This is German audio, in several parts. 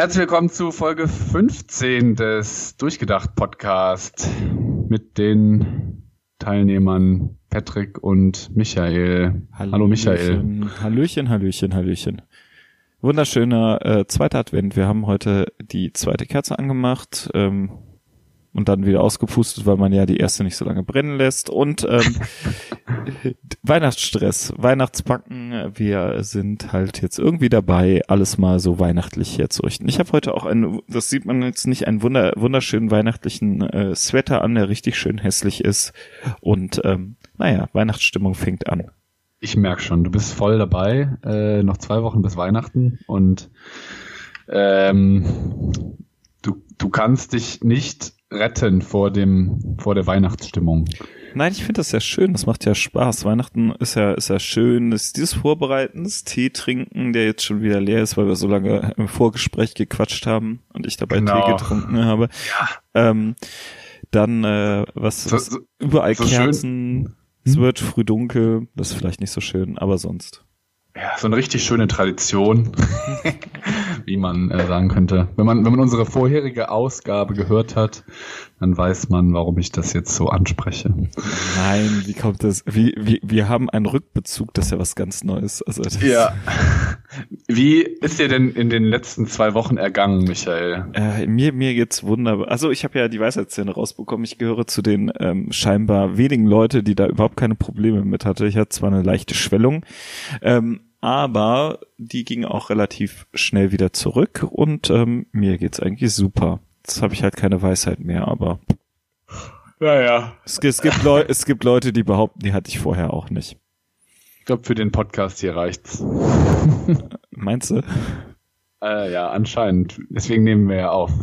Herzlich willkommen zu Folge 15 des Durchgedacht-Podcast mit den Teilnehmern Patrick und Michael. Hallo Michael. Hallöchen. Wunderschöner zweiter Advent. Wir haben heute die zweite Kerze angemacht und dann wieder ausgepustet, weil man ja die erste nicht so lange brennen lässt. Und Weihnachtsstress, Weihnachtsbacken. Wir sind halt jetzt irgendwie dabei, alles mal so weihnachtlich herzurichten. Ich habe heute auch das sieht man jetzt nicht, einen wunderschönen weihnachtlichen Sweater an, der richtig schön hässlich ist. Und Weihnachtsstimmung fängt an. Ich merke schon, du bist voll dabei. Noch 2 Wochen bis Weihnachten und du kannst dich nicht retten vor der Weihnachtsstimmung. Nein, ich finde das ja schön, das macht ja Spaß. Weihnachten ist ja schön, das ist dieses Vorbereiten, das Tee trinken, der jetzt schon wieder leer ist, weil wir so lange im Vorgespräch gequatscht haben und ich dabei Tee getrunken habe. Ja. Dann überall so Kerzen, schön. Es wird früh dunkel, das ist vielleicht nicht so schön, aber sonst. Ja, so eine richtig schöne Tradition, wie man sagen könnte. Wenn man unsere vorherige Ausgabe gehört hat, dann weiß man, warum ich das jetzt so anspreche. Nein, wie kommt das? Wir haben einen Rückbezug, das ist ja was ganz Neues. Also ja. Wie ist dir denn in den letzten 2 Wochen ergangen, Michael? Mir geht's wunderbar. Also ich habe ja die Weisheitszähne rausbekommen. Ich gehöre zu den scheinbar wenigen Leute, die da überhaupt keine Probleme mit hatte. Ich hatte zwar eine leichte Schwellung, aber die ging auch relativ schnell wieder zurück und mir geht's eigentlich super. Jetzt habe ich halt keine Weisheit mehr, aber ja. Es gibt Leute, die behaupten, die hatte ich vorher auch nicht. Ich glaube, für den Podcast hier reicht's. Meinst du? Ja, anscheinend. Deswegen nehmen wir ja auf.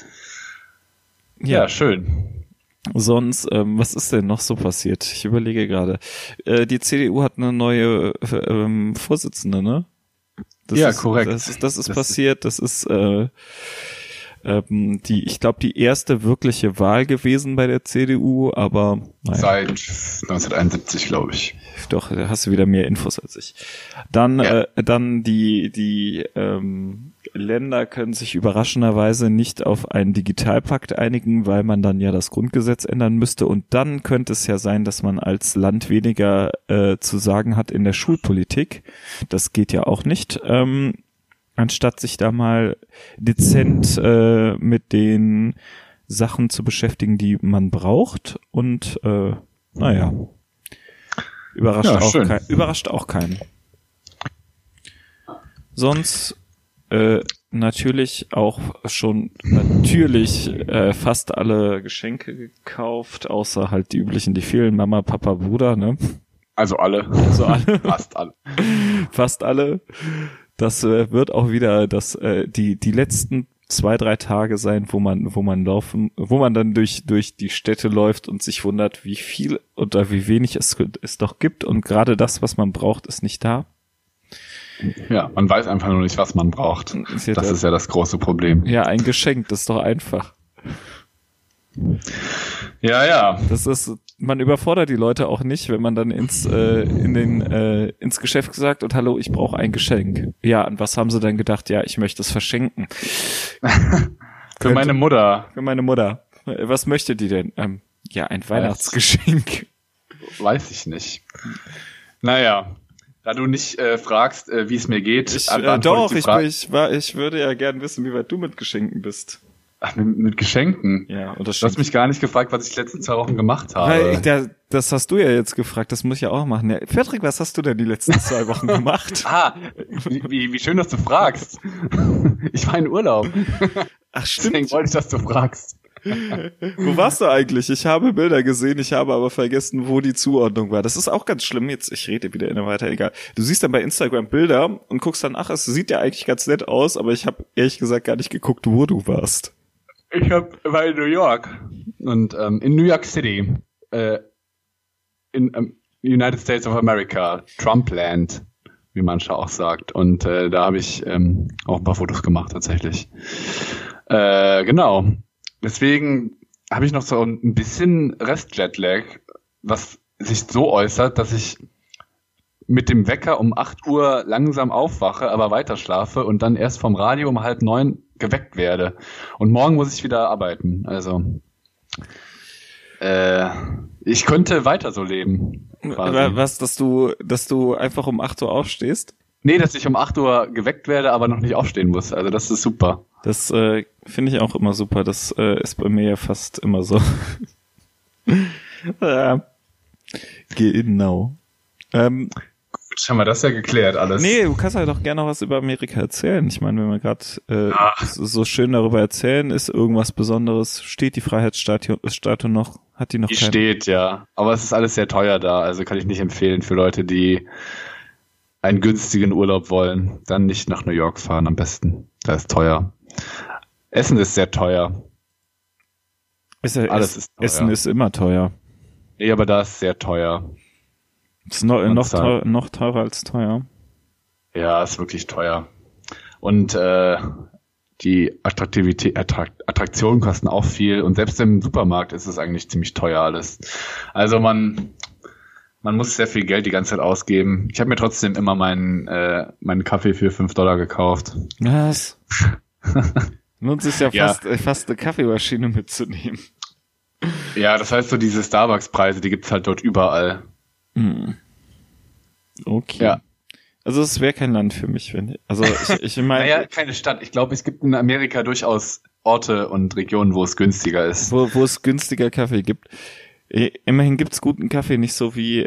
Ja, schön. Sonst, was ist denn noch so passiert? Ich überlege gerade. Die CDU hat eine neue Vorsitzende, ne? Korrekt. Das ist passiert. Das ist die erste wirkliche Wahl gewesen bei der CDU, aber naja. Seit 1971, glaube ich. Doch, da hast du wieder mehr Infos als ich. Dann die Länder können sich überraschenderweise nicht auf einen Digitalpakt einigen, weil man dann ja das Grundgesetz ändern müsste und dann könnte es ja sein, dass man als Land weniger zu sagen hat in der Schulpolitik. Das geht ja auch nicht. Anstatt sich da mal dezent mit den Sachen zu beschäftigen, die man braucht und überrascht auch keinen. Sonst natürlich fast alle Geschenke gekauft, außer halt die üblichen, die fehlen, Mama, Papa, Bruder, ne? Also alle. Fast alle. Fast alle. Das wird auch wieder die letzten 2-3 Tage sein, wo man dann durch die Städte läuft und sich wundert, wie viel oder wie wenig es doch gibt und gerade das, was man braucht, ist nicht da. Ja, man weiß einfach nur nicht, was man braucht. Das ist ja das große Problem. Ja, ein Geschenk, das ist doch einfach. Ja. Man überfordert die Leute auch nicht, wenn man dann ins Geschäft sagt und hallo, ich brauche ein Geschenk. Ja, an was haben sie dann gedacht? Ja, ich möchte es verschenken. Für meine Mutter. Für meine Mutter. Was möchte die denn? Ja, ein Weihnachtsgeschenk. Weiß ich nicht. Naja, da du nicht fragst, wie es mir geht. Ich würde ja gern wissen, wie weit du mit Geschenken bist. Ach, mit Geschenken? Ja, und du hast mich gar nicht gefragt, was ich die letzten 2 Wochen gemacht habe. Das hast du ja jetzt gefragt, das muss ich ja auch machen. Ja, Patrick, was hast du denn die letzten 2 Wochen gemacht? Wie schön, dass du fragst. Ich war in Urlaub. Ach, stimmt. Deswegen wollte ich, dass du fragst. Wo warst du eigentlich? Ich habe Bilder gesehen, ich habe aber vergessen, wo die Zuordnung war. Das ist auch ganz schlimm. Jetzt, ich rede wieder immer weiter, egal. Du siehst dann bei Instagram Bilder und guckst dann, es sieht ja eigentlich ganz nett aus, aber ich habe ehrlich gesagt gar nicht geguckt, wo du warst. Ich war in New York und in New York City, in United States of America, Trumpland, wie mancher auch sagt. Und da habe ich auch ein paar Fotos gemacht tatsächlich. Genau. Deswegen habe ich noch so ein bisschen Rest-Jetlag, was sich so äußert, dass ich mit dem Wecker um 8 Uhr langsam aufwache, aber weiter schlafe und dann erst vom Radio um 8:30 geweckt werde. Und morgen muss ich wieder arbeiten. Also ich könnte weiter so leben. Quasi. Was, dass du einfach um 8 Uhr aufstehst? Nee, dass ich um 8 Uhr geweckt werde, aber noch nicht aufstehen muss. Also das ist super. Das finde ich auch immer super. Das ist bei mir ja fast immer so. Ja. Genau. Gut, haben wir das ja geklärt alles. Nee, du kannst halt doch gerne noch was über Amerika erzählen. Ich meine, wenn wir gerade so schön darüber erzählen, ist irgendwas Besonderes. Steht die Freiheitsstatue noch? Hat die noch Die keine? steht, ja. Aber es ist alles sehr teuer da. Also kann ich nicht empfehlen für Leute, die einen günstigen Urlaub wollen. Dann nicht nach New York fahren am besten. Da ist teuer. Essen ist sehr teuer. Alles ist teuer. Essen ist immer teuer. Nee, aber da ist sehr teuer. Ist noch teurer als teuer. Ja, ist wirklich teuer. Und die Attraktionen kosten auch viel. Und selbst im Supermarkt ist es eigentlich ziemlich teuer alles. Also man muss sehr viel Geld die ganze Zeit ausgeben. Ich habe mir trotzdem immer meinen Kaffee für $5 gekauft. Was? Lohnt sich ja fast eine Kaffeemaschine mitzunehmen. Ja, das heißt so diese Starbucks-Preise, die gibt's halt dort überall. Okay. Ja. Also es wäre kein Land für mich, wenn ich meine. Naja, keine Stadt. Ich glaube, es gibt in Amerika durchaus Orte und Regionen, wo es günstiger ist. Wo es günstiger Kaffee gibt. Immerhin gibt's guten Kaffee, nicht so wie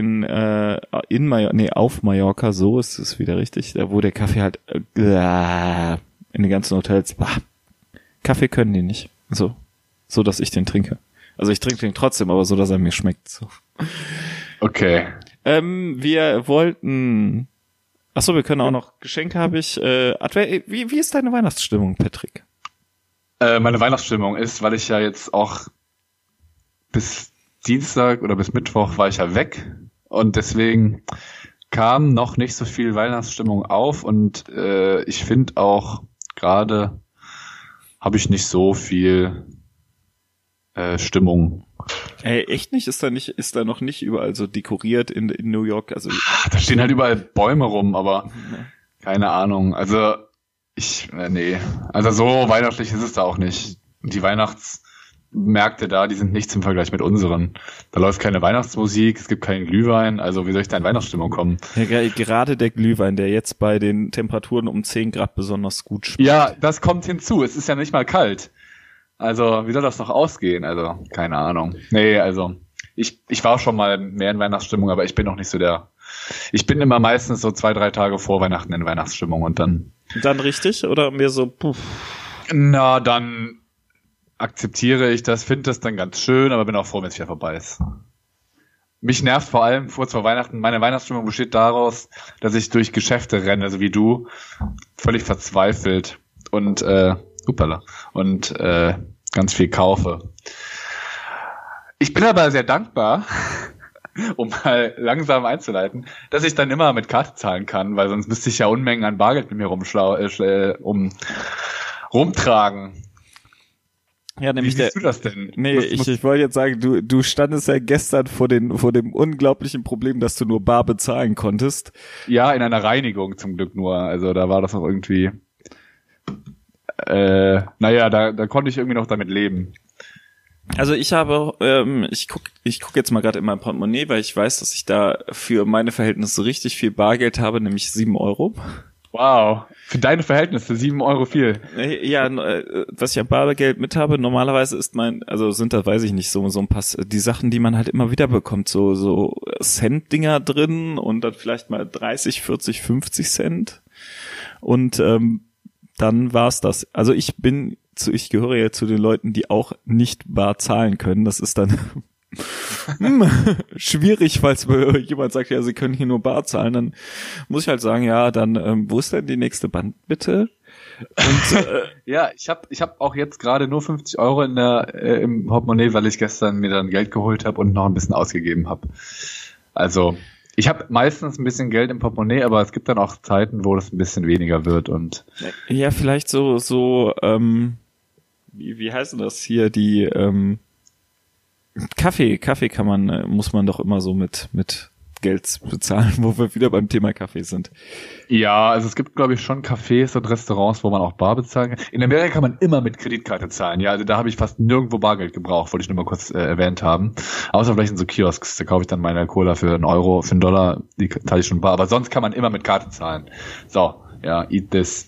auf Mallorca, so ist es wieder richtig, wo der Kaffee halt in den ganzen Hotels, Kaffee können die nicht. So dass ich den trinke. Also ich trinke den trotzdem, aber so, dass er mir schmeckt. So. Okay. Wir wollten. Achso, wir können auch noch Geschenke habe ich. Wie ist deine Weihnachtsstimmung, Patrick? Meine Weihnachtsstimmung ist, weil ich ja jetzt auch bis Dienstag oder bis Mittwoch war ich ja weg und deswegen kam noch nicht so viel Weihnachtsstimmung auf und ich finde auch gerade habe ich nicht so viel Stimmung. Ey, echt nicht? Ist da noch nicht überall so dekoriert in New York? Also da stehen halt überall Bäume rum, aber keine Ahnung. Also nee. Also so weihnachtlich ist es da auch nicht. Die Weihnachtsmärkte da, die sind nichts im Vergleich mit unseren. Da läuft keine Weihnachtsmusik, es gibt keinen Glühwein. Also wie soll ich da in Weihnachtsstimmung kommen? Ja, gerade der Glühwein, der jetzt bei den Temperaturen um 10 Grad besonders gut schmeckt. Ja, das kommt hinzu. Es ist ja nicht mal kalt. Also, wie soll das noch ausgehen? Also, keine Ahnung. Nee, also, ich war schon mal mehr in Weihnachtsstimmung, aber ich bin noch nicht so ich bin immer meistens so 2-3 Tage vor Weihnachten in Weihnachtsstimmung und dann. Dann richtig? Oder mehr so, Na, dann akzeptiere ich das, finde das dann ganz schön, aber bin auch froh, wenn es wieder vorbei ist. Mich nervt vor allem kurz vor Weihnachten, meine Weihnachtsstimmung besteht daraus, dass ich durch Geschäfte renne, also wie du, völlig verzweifelt und, ganz viel kaufe. Ich bin aber sehr dankbar, um mal langsam einzuleiten, dass ich dann immer mit Karte zahlen kann, weil sonst müsste ich ja Unmengen an Bargeld mit mir rumtragen. Ja, nämlich wie siehst du das denn? Nee, ich wollte jetzt sagen, du standest ja gestern vor dem unglaublichen Problem, dass du nur bar bezahlen konntest. Ja, in einer Reinigung zum Glück nur. Also da war das auch irgendwie da konnte ich irgendwie noch damit leben. Also ich habe, ich guck jetzt mal gerade in mein Portemonnaie, weil ich weiß, dass ich da für meine Verhältnisse richtig viel Bargeld habe, nämlich 7 Euro. Wow, für deine Verhältnisse 7 Euro viel. Ja, was ich an Bargeld mit habe, normalerweise sind da, weiß ich nicht, so ein paar, die Sachen, die man halt immer wieder bekommt, so Cent-Dinger drin und dann vielleicht mal 30, 40, 50 Cent und dann war's das. Also ich gehöre ja zu den Leuten, die auch nicht bar zahlen können. Das ist dann schwierig, falls jemand sagt, ja, sie können hier nur bar zahlen. Dann muss ich halt sagen, ja, dann wo ist denn die nächste Bank bitte? Und, ja, ich hab auch jetzt gerade nur 50 Euro im Portemonnaie, weil ich gestern mir dann Geld geholt habe und noch ein bisschen ausgegeben habe. Also ich habe meistens ein bisschen Geld im Portemonnaie, aber es gibt dann auch Zeiten, wo das ein bisschen weniger wird und ja, vielleicht so wie heißt denn das hier, Kaffee muss man doch immer so mit Bargeld bezahlen, wo wir wieder beim Thema Kaffee sind. Ja, also es gibt, glaube ich, schon Cafés und Restaurants, wo man auch bar bezahlen kann. In Amerika kann man immer mit Kreditkarte zahlen. Ja, also da habe ich fast nirgendwo Bargeld gebraucht, wollte ich nur mal kurz erwähnt haben. Außer vielleicht in so Kiosks, da kaufe ich dann meine Cola für €1, für $1, die zahle ich schon bar. Aber sonst kann man immer mit Karte zahlen. So, ja, eat this.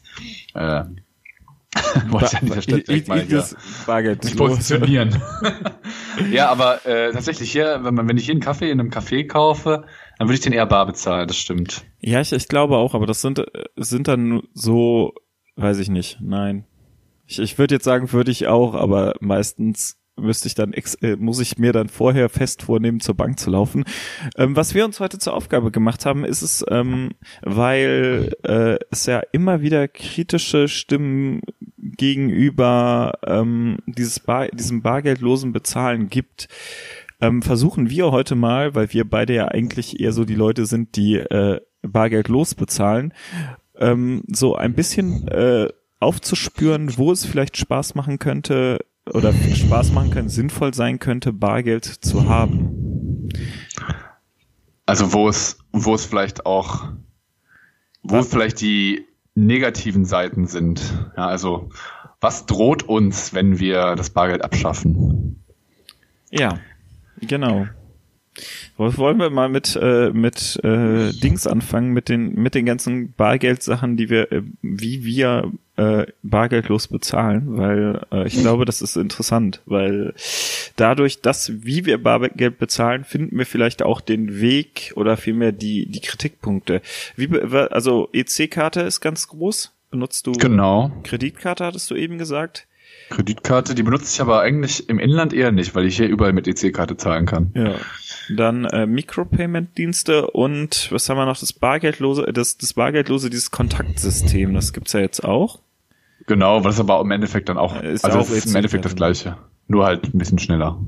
Wollte ich an dieser Stelle direkt mal hier Bargeld positionieren. Ja, aber tatsächlich hier, wenn ich hier einen Kaffee in einem Café kaufe, dann würde ich den eher bar bezahlen, das stimmt. Ja, ich glaube auch, aber das sind dann so, weiß ich nicht, nein. Ich würde jetzt sagen, würde ich auch, aber meistens muss ich mir dann vorher fest vornehmen, zur Bank zu laufen. Was wir uns heute zur Aufgabe gemacht haben, ist es, weil es ja immer wieder kritische Stimmen gegenüber diesem bargeldlosen Bezahlen gibt, versuchen wir heute mal, weil wir beide ja eigentlich eher so die Leute sind, die bargeldlos bezahlen, so ein bisschen aufzuspüren, wo es vielleicht Spaß machen könnte, sinnvoll sein könnte, Bargeld zu haben. Also wo es vielleicht die negativen Seiten sind. Ja, also was droht uns, wenn wir das Bargeld abschaffen? Ja, genau. Wollen wir mal mit Dings anfangen, mit den ganzen Bargeldsachen, wie wir bargeldlos bezahlen, weil ich glaube, das ist interessant, weil dadurch, wie wir Bargeld bezahlen, finden wir vielleicht auch den Weg oder vielmehr die Kritikpunkte. Also EC-Karte ist ganz groß. Benutzt du genau. Kreditkarte, hattest du eben gesagt? Kreditkarte, die benutze ich aber eigentlich im Inland eher nicht, weil ich hier überall mit EC-Karte zahlen kann. Ja. Dann Micropayment-Dienste und was haben wir noch? Das Bargeldlose, dieses Kontaktsystem, das gibt's ja jetzt auch. Genau, was aber im Endeffekt dann auch, es ist im Endeffekt das Gleiche, nur halt ein bisschen schneller.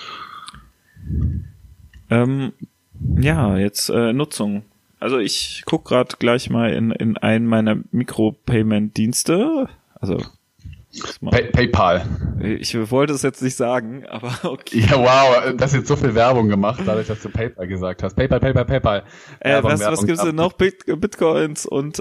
Ja, jetzt Nutzung. Also ich guck gerade gleich mal in einen meiner Micropayment-Dienste, also PayPal. Ich wollte es jetzt nicht sagen, aber okay. Ja, wow, das ist jetzt so viel Werbung gemacht, dadurch, dass du PayPal gesagt hast. PayPal. Was gibt's denn noch? Bitcoins und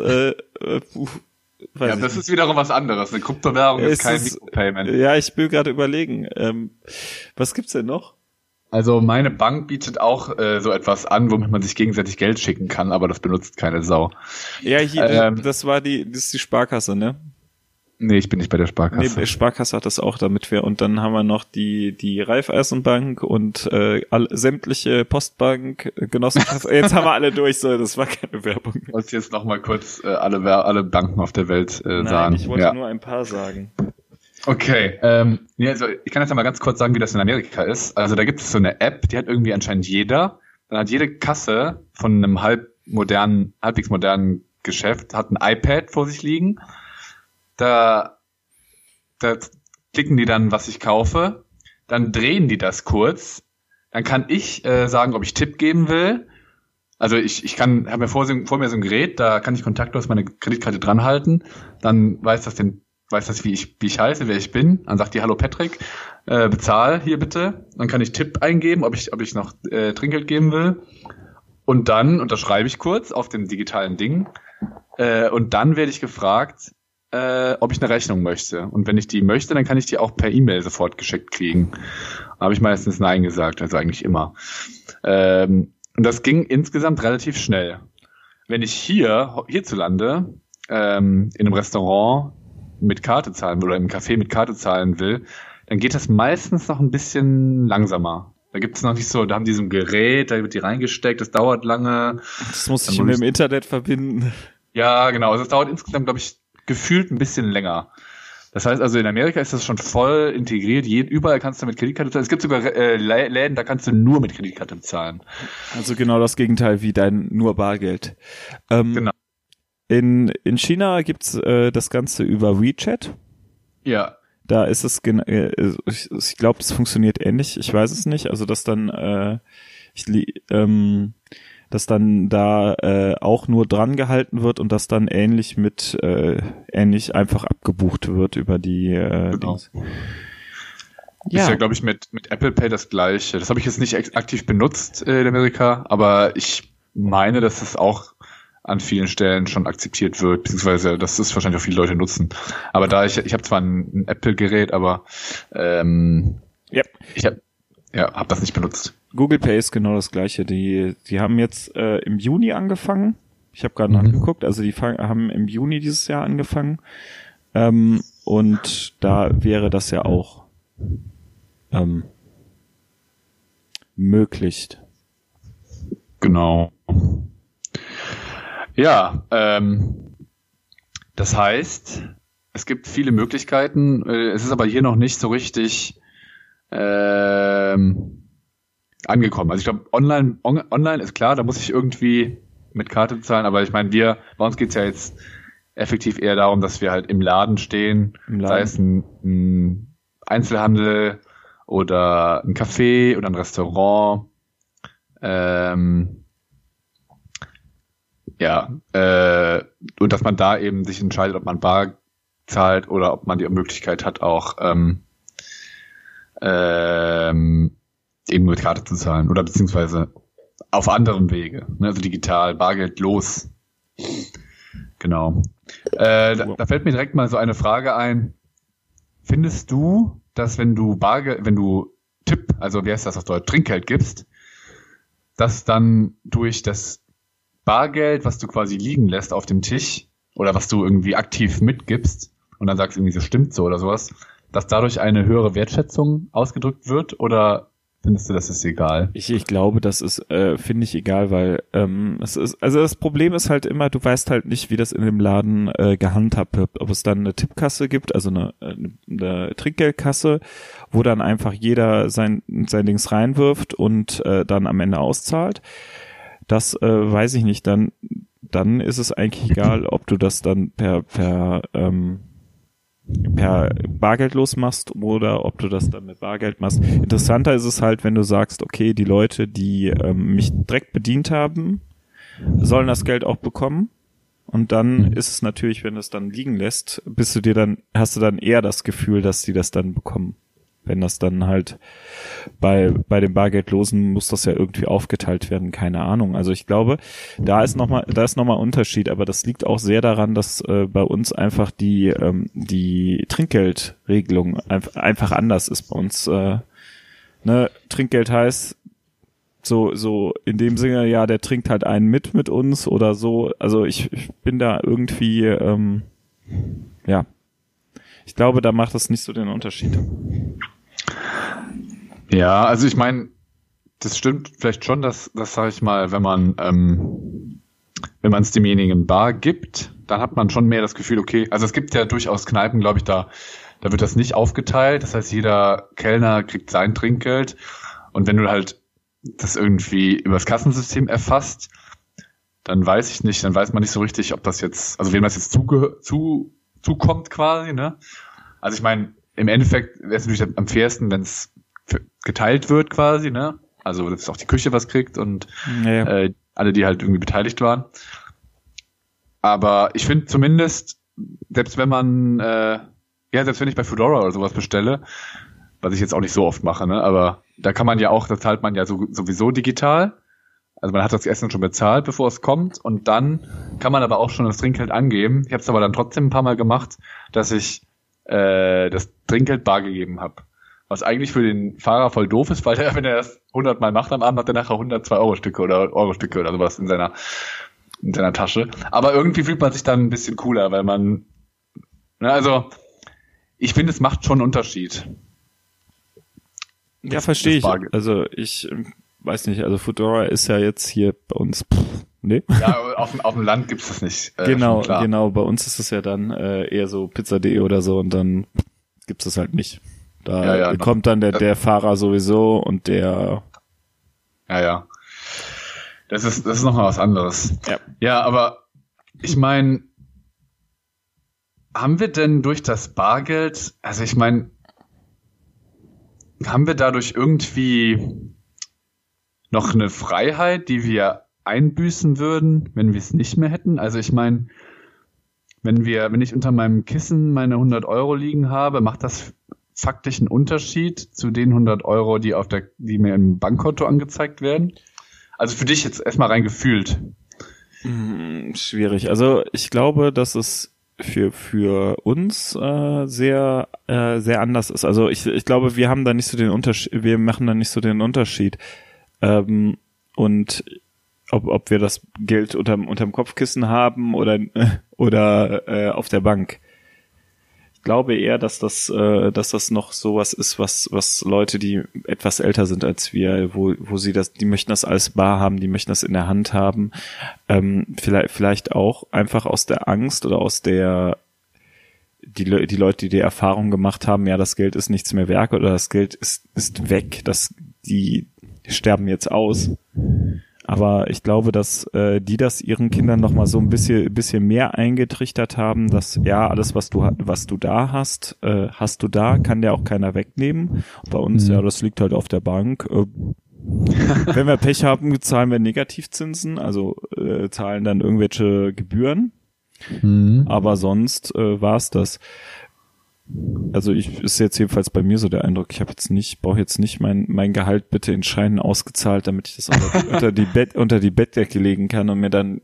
das ist wiederum was anderes. Eine Kryptowährung ist kein Micropayment. Ja, ich will gerade überlegen. Was gibt's denn noch? Also meine Bank bietet auch so etwas an, womit man sich gegenseitig Geld schicken kann, aber das benutzt keine Sau. Ja, hier, das ist die Sparkasse, ne? Nee, ich bin nicht bei der Sparkasse. Nee, Sparkasse hat das auch, und dann haben wir noch die Raiffeisenbank und sämtliche Postbank-Genossenschaften. Jetzt haben wir alle durch, so, das war keine Werbung. Ich wollte jetzt noch mal kurz alle Banken auf der Welt sagen. Nein, ich wollte nur ein paar sagen. Okay, also ich kann jetzt ja mal ganz kurz sagen, wie das in Amerika ist. Also da gibt es so eine App, die hat irgendwie anscheinend jeder. Dann hat jede Kasse von einem halbwegs modernen Geschäft hat ein iPad vor sich liegen. Da klicken die dann, was ich kaufe, dann drehen die das kurz, dann kann ich sagen, ob ich Tipp geben will. Also ich habe mir vor mir so ein Gerät, da kann ich kontaktlos meine Kreditkarte dran halten, dann weiß das, wie ich heiße, wer ich bin, dann sagt die Hallo Patrick, bezahl hier bitte, dann kann ich Tipp eingeben, ob ich noch Trinkgeld geben will und dann unterschreibe ich kurz auf dem digitalen Ding und dann werde ich gefragt, ob ich eine Rechnung möchte. Und wenn ich die möchte, dann kann ich die auch per E-Mail sofort geschickt kriegen. Da habe ich meistens Nein gesagt, also eigentlich immer. Und das ging insgesamt relativ schnell. Wenn ich hierzulande in einem Restaurant mit Karte zahlen will oder im Café mit Karte zahlen will, dann geht das meistens noch ein bisschen langsamer. Da gibt es noch nicht so, da haben die so ein Gerät, da wird die reingesteckt, das dauert lange. Das muss ich mit dem Internet verbinden. Ja, genau. Also es dauert insgesamt, glaube ich, gefühlt ein bisschen länger. Das heißt also, in Amerika ist das schon voll integriert. Überall kannst du mit Kreditkarte bezahlen. Es gibt sogar Läden, da kannst du nur mit Kreditkarte bezahlen. Also genau das Gegenteil wie dein nur Bargeld. Genau. In China gibt's das Ganze über WeChat. Ja. Da ist es, ich glaube, das funktioniert ähnlich. Ich weiß es nicht. Also, dass dann dass dann da auch nur dran gehalten wird und das dann ähnlich einfach abgebucht wird über die genau. Dings. Ja. Ist ja, glaube ich, mit Apple Pay das Gleiche. Das habe ich jetzt nicht aktiv benutzt in Amerika, aber ich meine, dass es auch an vielen Stellen schon akzeptiert wird, beziehungsweise dass es wahrscheinlich auch viele Leute nutzen. Aber da ich habe zwar ein Apple-Gerät, aber ich habe das nicht benutzt. Google Pay ist genau das Gleiche. Die haben jetzt im Juni angefangen. Ich habe gerade nachgeguckt. Also die haben im Juni dieses Jahr angefangen. Und da wäre das ja auch möglich. Genau. Ja, das heißt, es gibt viele Möglichkeiten. Es ist aber hier noch nicht so richtig angekommen. Also ich glaube, online ist klar, da muss ich irgendwie mit Karte bezahlen, aber ich meine, bei uns geht's ja jetzt effektiv eher darum, dass wir halt im Laden stehen, sei es ein Einzelhandel oder ein Café oder ein Restaurant. Und dass man da eben sich entscheidet, ob man bar zahlt oder ob man die Möglichkeit hat, auch eben mit Karte zu zahlen oder beziehungsweise auf anderem Wege, ne? Also digital, bargeldlos. Genau. Da fällt mir direkt mal so eine Frage ein. Findest du, dass wenn du also wie heißt das auf Deutsch, Trinkgeld gibst, dass dann durch das Bargeld, was du quasi liegen lässt auf dem Tisch oder was du irgendwie aktiv mitgibst und dann sagst irgendwie so stimmt so oder sowas, dass dadurch eine höhere Wertschätzung ausgedrückt wird oder findest du, das ist egal? Ich glaube, das ist, finde ich egal, weil also das Problem ist halt immer, du weißt halt nicht, wie das in dem Laden gehandhabt wird, ob es dann eine Tippkasse gibt, also eine Trinkgeldkasse, wo dann einfach jeder sein Dings reinwirft und dann am Ende auszahlt. Das weiß ich nicht. Dann ist es eigentlich egal, ob du das dann per bargeldlos machst oder ob du das dann mit Bargeld machst. Interessanter ist es halt, wenn du sagst, okay, die Leute, die mich direkt bedient haben, sollen das Geld auch bekommen. Und dann ist es natürlich, wenn du es dann liegen lässt, hast du dann eher das Gefühl, dass die das dann bekommen. Wenn das dann halt bei den Bargeldlosen muss das ja irgendwie aufgeteilt werden, keine Ahnung. Also ich glaube, da ist nochmal Unterschied, aber das liegt auch sehr daran, dass bei uns einfach die Trinkgeldregelung einfach anders ist bei uns. Trinkgeld heißt so in dem Sinne, ja, der trinkt halt einen mit uns oder so. Also ich bin da irgendwie, ich glaube, da macht das nicht so den Unterschied. Ja, also ich meine, das stimmt vielleicht schon, dass sage ich mal, wenn man es demjenigen bar gibt, dann hat man schon mehr das Gefühl, okay, also es gibt ja durchaus Kneipen, glaube ich, da wird das nicht aufgeteilt, das heißt, jeder Kellner kriegt sein Trinkgeld und wenn du halt das irgendwie übers Kassensystem erfasst, dann weiß man nicht so richtig, ob das jetzt, also wem das jetzt zukommt quasi, ne? Also ich meine, im Endeffekt wäre es natürlich am fairsten, wenn es geteilt wird quasi, ne? Also dass auch die Küche was kriegt und alle, die halt irgendwie beteiligt waren. Aber ich finde zumindest, selbst wenn ich bei Foodora oder sowas bestelle, was ich jetzt auch nicht so oft mache, ne? Aber da kann man ja auch, da zahlt man ja sowieso digital. Also man hat das Essen schon bezahlt, bevor es kommt und dann kann man aber auch schon das Trinkgeld angeben. Ich habe es aber dann trotzdem ein paar Mal gemacht, dass ich das Trinkgeld bar gegeben habe. Was eigentlich für den Fahrer voll doof ist, weil wenn er das 100 Mal macht am Abend, hat er nachher 102 Euro-Stücke oder Euro-Stücke oder sowas in seiner Tasche. Aber irgendwie fühlt man sich dann ein bisschen cooler, weil man, also ich finde, es macht schon einen Unterschied. Ja, verstehe ich. Also ich weiß nicht, also Foodora ist ja jetzt hier bei uns, nee. Ja, auf dem Land gibt's das nicht. Genau, bei uns ist es ja dann eher so Pizza.de oder so und dann gibt's das halt nicht. Da kommt dann der Fahrer sowieso und der... Ja. Das ist nochmal was anderes. Ja, aber ich meine, haben wir denn durch das Bargeld, also ich meine, haben wir dadurch irgendwie noch eine Freiheit, die wir einbüßen würden, wenn wir es nicht mehr hätten? Also ich meine, wenn ich unter meinem Kissen meine 100 Euro liegen habe, macht das faktisch einen Unterschied zu den 100 Euro, die mir im Bankkonto angezeigt werden? Also für dich jetzt erstmal rein gefühlt. Schwierig. Also ich glaube, dass es für uns sehr anders ist. Also ich glaube, wir haben da nicht so den Unterschied, wir machen da nicht so den Unterschied. Und ob wir das Geld unterm Kopfkissen haben oder auf der Bank. Ich glaube eher, dass das noch sowas ist, was Leute, die etwas älter sind als wir, wo sie die möchten das als bar haben, die möchten das in der Hand haben, vielleicht auch einfach aus der Angst oder aus der die Leute, die Erfahrung gemacht haben, ja, das Geld ist nichts mehr wert oder das Geld ist weg, die sterben jetzt aus. Aber ich glaube, dass die das ihren Kindern noch mal so ein bisschen mehr eingetrichtert haben, dass ja, alles, was du da hast, hast du da, kann dir auch keiner wegnehmen. Bei uns, ja, das liegt halt auf der Bank. Wenn wir Pech haben, zahlen wir Negativzinsen, also zahlen dann irgendwelche Gebühren. Aber sonst war's das. Also ist jetzt jedenfalls bei mir so der Eindruck, ich brauche jetzt nicht mein Gehalt bitte in Scheinen ausgezahlt, damit ich das unter die Bettdecke legen kann und mir dann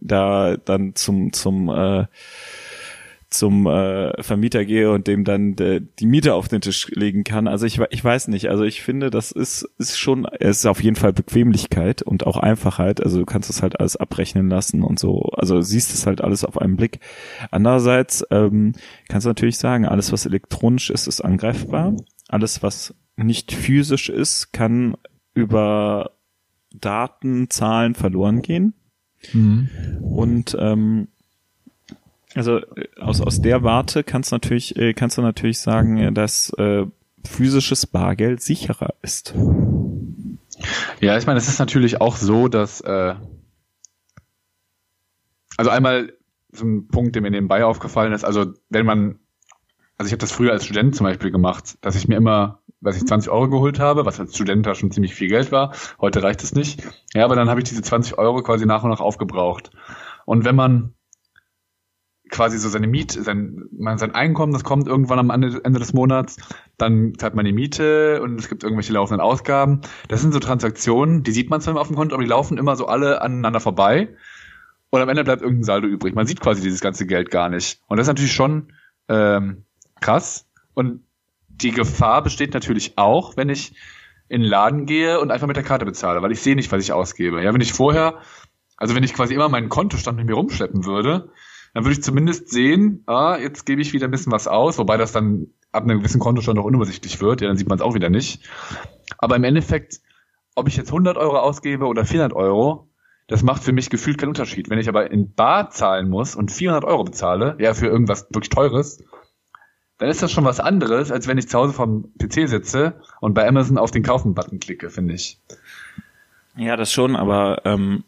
zum Vermieter gehe und dem dann die Miete auf den Tisch legen kann. Also ich weiß nicht. Also ich finde, das ist auf jeden Fall Bequemlichkeit und auch Einfachheit. Also du kannst es halt alles abrechnen lassen und so. Also siehst es halt alles auf einen Blick. Andererseits kannst du natürlich sagen, alles was elektronisch ist angreifbar. Alles was nicht physisch ist, kann über Daten, Zahlen verloren gehen. Und also aus der Warte kannst du natürlich sagen, dass physisches Bargeld sicherer ist. Ja, ich meine, es ist natürlich auch so, dass also einmal so ein Punkt, der mir nebenbei aufgefallen ist, also ich habe das früher als Student zum Beispiel gemacht, dass ich mir immer, 20 Euro geholt habe, was als Student da schon ziemlich viel Geld war. Heute reicht es nicht. Ja, aber dann habe ich diese 20 Euro quasi nach und nach aufgebraucht. Und wenn man quasi so sein Einkommen, das kommt irgendwann am Ende des Monats, dann zahlt man die Miete und es gibt irgendwelche laufenden Ausgaben. Das sind so Transaktionen, die sieht man zwar auf dem Konto, aber die laufen immer so alle aneinander vorbei und am Ende bleibt irgendein Saldo übrig. Man sieht quasi dieses ganze Geld gar nicht. Und das ist natürlich schon krass. Und die Gefahr besteht natürlich auch, wenn ich in den Laden gehe und einfach mit der Karte bezahle, weil ich sehe nicht, was ich ausgebe. Ja, wenn ich quasi immer meinen Kontostand mit mir rumschleppen würde, dann würde ich zumindest sehen, jetzt gebe ich wieder ein bisschen was aus, wobei das dann ab einem gewissen Kontostand auch unübersichtlich wird, ja, dann sieht man es auch wieder nicht. Aber im Endeffekt, ob ich jetzt 100 Euro ausgebe oder 400 Euro, das macht für mich gefühlt keinen Unterschied. Wenn ich aber in Bar zahlen muss und 400 Euro bezahle, ja, für irgendwas wirklich Teures, dann ist das schon was anderes, als wenn ich zu Hause vom PC sitze und bei Amazon auf den Kaufen-Button klicke, finde ich. Ja, das schon, aber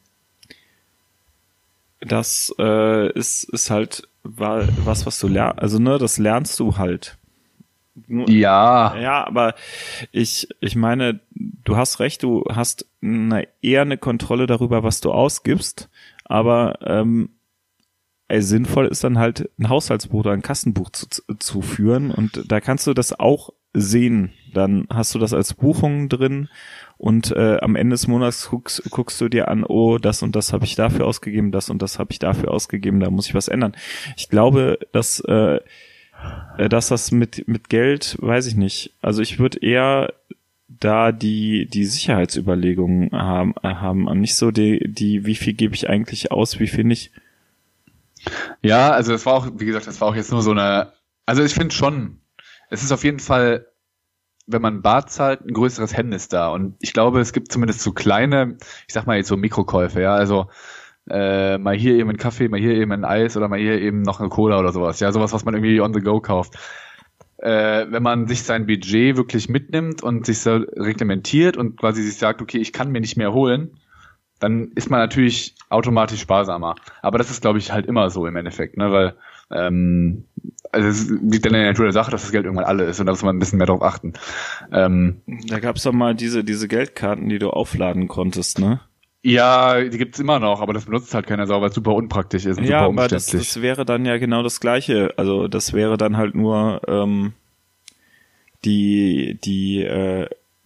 das ist halt was du lernst, also ne, das lernst du halt. Ja. Ja, aber ich meine, du hast recht, du hast eher eine Kontrolle darüber, was du ausgibst, aber sinnvoll ist dann halt ein Haushaltsbuch oder ein Kassenbuch zu führen und da kannst du das auch sehen. Dann hast du das als Buchung drin und am Ende des Monats guckst du dir an, oh, das und das habe ich dafür ausgegeben, das und das habe ich dafür ausgegeben, da muss ich was ändern. Ich glaube, dass das mit Geld, weiß ich nicht. Also ich würde eher da die Sicherheitsüberlegungen haben und nicht so die wie viel gebe ich eigentlich aus, wie viel nicht. Ja, also das war auch jetzt nur so eine, also ich finde schon, es ist auf jeden Fall, wenn man bar zahlt, ein größeres Hemmnis da. Und ich glaube, es gibt zumindest so kleine, ich sag mal jetzt so Mikrokäufe, ja, also mal hier eben einen Kaffee, mal hier eben ein Eis oder mal hier eben noch eine Cola oder sowas. Ja, sowas, was man irgendwie on the go kauft. Wenn man sich sein Budget wirklich mitnimmt und sich so reglementiert und quasi sich sagt, okay, ich kann mir nicht mehr holen, dann ist man natürlich automatisch sparsamer. Aber das ist, glaube ich, halt immer so im Endeffekt, ne, weil also es liegt in der Natur der Sache, dass das Geld irgendwann alle ist und da muss man ein bisschen mehr drauf achten. Da gab's doch mal diese Geldkarten, die du aufladen konntest, ne? Ja, die gibt's immer noch, aber das benutzt halt keiner sau, weil es super unpraktisch ist und ja, super umständlich. Ja, aber das wäre dann ja genau das Gleiche. Also das wäre dann halt nur die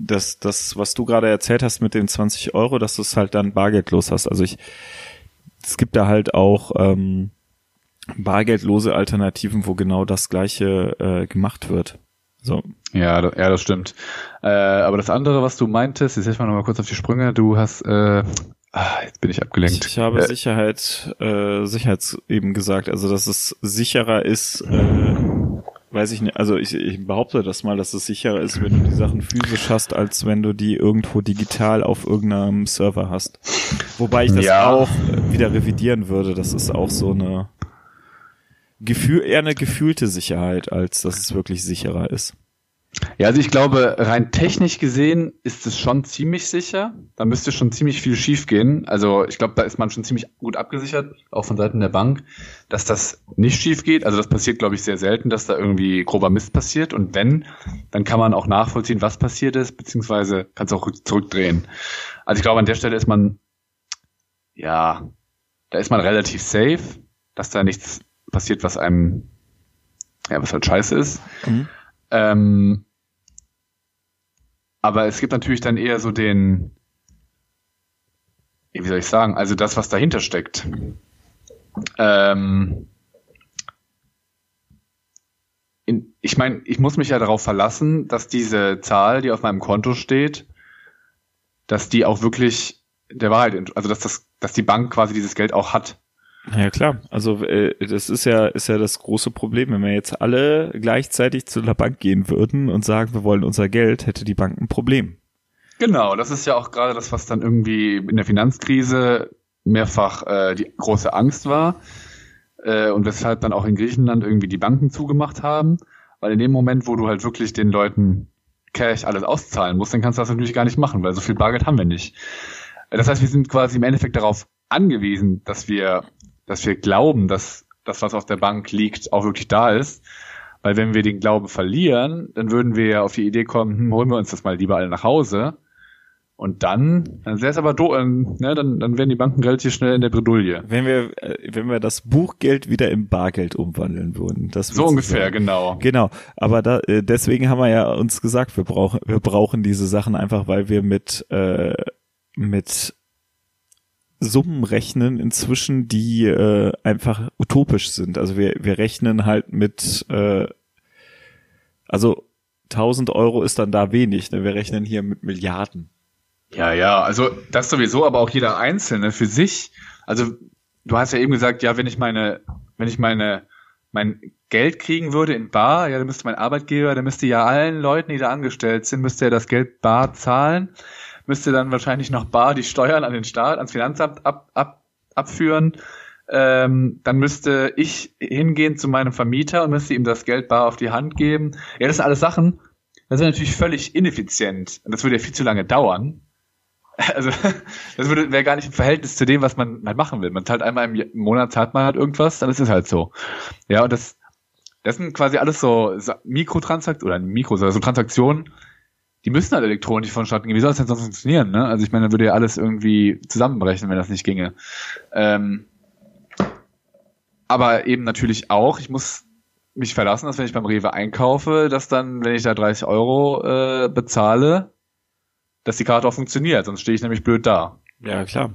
das, was du gerade erzählt hast mit den 20 Euro, dass du es halt dann bargeldlos hast. Also es gibt da halt auch bargeldlose Alternativen, wo genau das Gleiche gemacht wird. So. Ja, das stimmt. Aber das andere, was du meintest, jetzt helfen wir nochmal kurz auf die Sprünge. Du hast, jetzt bin ich abgelenkt. Ich habe Sicherheit eben gesagt, also dass es sicherer ist, weiß ich nicht, also ich behaupte das mal, dass es sicherer ist, wenn du die Sachen physisch hast, als wenn du die irgendwo digital auf irgendeinem Server hast. Wobei ich das auch wieder revidieren würde, das ist auch so eine eher eine gefühlte Sicherheit, als dass es wirklich sicherer ist. Ja, also ich glaube, rein technisch gesehen ist es schon ziemlich sicher. Da müsste schon ziemlich viel schief gehen. Also ich glaube, da ist man schon ziemlich gut abgesichert, auch von Seiten der Bank, dass das nicht schief geht. Also das passiert, glaube ich, sehr selten, dass da irgendwie grober Mist passiert. Und wenn, dann kann man auch nachvollziehen, was passiert ist, beziehungsweise kann es auch zurückdrehen. Also ich glaube, an der Stelle ist man, da ist man relativ safe, dass da nichts passiert, was einem, was halt scheiße ist. Mhm. Aber es gibt natürlich dann eher so wie soll ich sagen, also das, was dahinter steckt. Ich meine, ich muss mich ja darauf verlassen, dass diese Zahl, die auf meinem Konto steht, dass die auch wirklich der Wahrheit, also dass die Bank quasi dieses Geld auch hat. Ja klar, also das ist ja das große Problem, wenn wir jetzt alle gleichzeitig zu der Bank gehen würden und sagen, wir wollen unser Geld, hätte die Bank ein Problem. Genau, das ist ja auch gerade das, was dann irgendwie in der Finanzkrise mehrfach die große Angst war und weshalb dann auch in Griechenland irgendwie die Banken zugemacht haben, weil in dem Moment, wo du halt wirklich den Leuten Cash alles auszahlen musst, dann kannst du das natürlich gar nicht machen, weil so viel Bargeld haben wir nicht. Das heißt, wir sind quasi im Endeffekt darauf angewiesen, dass wir glauben, dass das, was auf der Bank liegt, auch wirklich da ist. Weil wenn wir den Glauben verlieren, dann würden wir ja auf die Idee kommen, holen wir uns das mal lieber alle nach Hause. Und dann wäre es aber dann wären die Banken relativ schnell in der Bredouille. Wenn wir das Buchgeld wieder in Bargeld umwandeln würden. Das so ungefähr, genau. Genau. Aber deswegen haben wir ja uns gesagt, wir brauchen diese Sachen einfach, weil wir mit Summen rechnen inzwischen, die einfach utopisch sind. Also wir rechnen halt mit, also 1.000 Euro ist dann da wenig. Ne? Wir rechnen hier mit Milliarden. Ja, also das sowieso, aber auch jeder Einzelne für sich. Also du hast ja eben gesagt, ja, wenn ich mein Geld kriegen würde in bar, ja, dann müsste mein Arbeitgeber, der müsste ja allen Leuten, die da angestellt sind, müsste er das Geld bar zahlen. Müsste dann wahrscheinlich noch bar die Steuern an den Staat, ans Finanzamt abführen. Dann müsste ich hingehen zu meinem Vermieter und müsste ihm das Geld bar auf die Hand geben. Ja, das sind alles Sachen, das ist natürlich völlig ineffizient. Und das würde ja viel zu lange dauern. Also, das wäre gar nicht im Verhältnis zu dem, was man halt machen will. Man zahlt einmal im Monat, zahlt man halt irgendwas, dann ist es halt so. Ja, und das sind quasi alles so Mikrotransaktionen, so Transaktionen, die müssen halt elektronisch vonstatten gehen. Wie soll das denn sonst funktionieren, ne? Also ich meine, dann würde ja alles irgendwie zusammenbrechen, wenn das nicht ginge. Aber eben natürlich auch, ich muss mich verlassen, dass wenn ich beim Rewe einkaufe, dass dann, wenn ich da 30 Euro bezahle, dass die Karte auch funktioniert, sonst stehe ich nämlich blöd da. Ja, klar.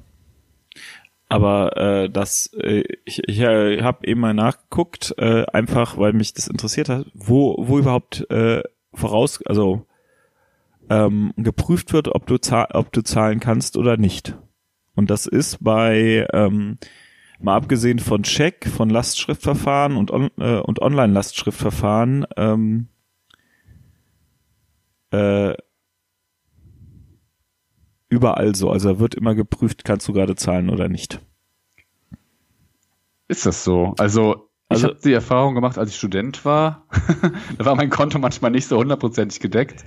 Aber ich habe eben mal nachgeguckt, einfach weil mich das interessiert hat, wo überhaupt geprüft wird, ob du zahlen kannst oder nicht. Und das ist bei mal abgesehen von Scheck, von Lastschriftverfahren und Online-Lastschriftverfahren überall so. Also da wird immer geprüft, kannst du gerade zahlen oder nicht. Ist das so? Also ich habe die Erfahrung gemacht, als ich Student war. Da war mein Konto manchmal nicht so 100% gedeckt.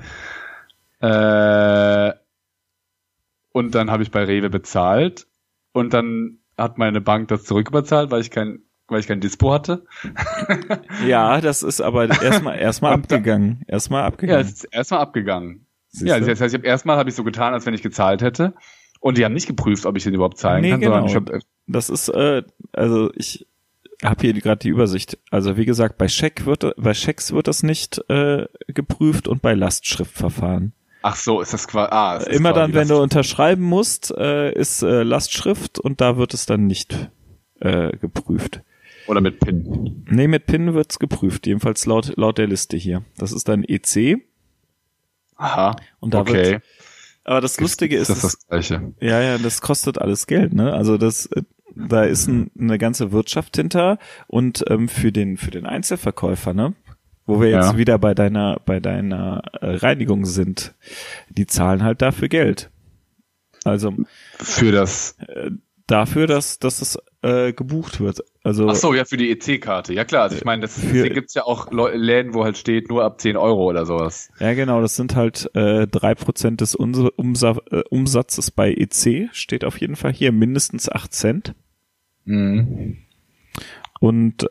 Und dann habe ich bei Rewe bezahlt und dann hat meine Bank das zurücküberzahlt, weil ich kein Dispo hatte. Ja, das ist aber erstmal abgegangen. Ja, es ist erstmal abgegangen. Ja, das heißt, erstmal habe ich so getan, als wenn ich gezahlt hätte. Und die haben nicht geprüft, ob ich den überhaupt zahlen kann. Genau. Das ist, also ich habe hier gerade die Übersicht. Also wie gesagt, bei Schecks wird das nicht geprüft und bei Lastschriftverfahren. Ach so, ist das quasi, immer dann, wenn du unterschreiben musst, ist Lastschrift und da wird es dann nicht geprüft. Oder mit PIN? Nee, mit PIN wird's geprüft, jedenfalls laut der Liste hier. Das ist dann EC. Aha, und da wird, aber das Lustige ist, das Gleiche. Ja, das kostet alles Geld, ne? Also da ist eine ganze Wirtschaft hinter und für den Einzelverkäufer, ne? Wo wir jetzt wieder bei deiner Reinigung sind, die zahlen halt dafür Geld. Also für das dafür, dass es gebucht wird. Also ach so, ja, für die EC-Karte. Ja klar, also ich meine, deswegen gibt's ja auch Läden, wo halt steht, nur ab 10 Euro oder sowas. Ja, genau, das sind halt 3% des Umsatzes bei EC, steht auf jeden Fall hier, mindestens 8 Cent. Mhm. Und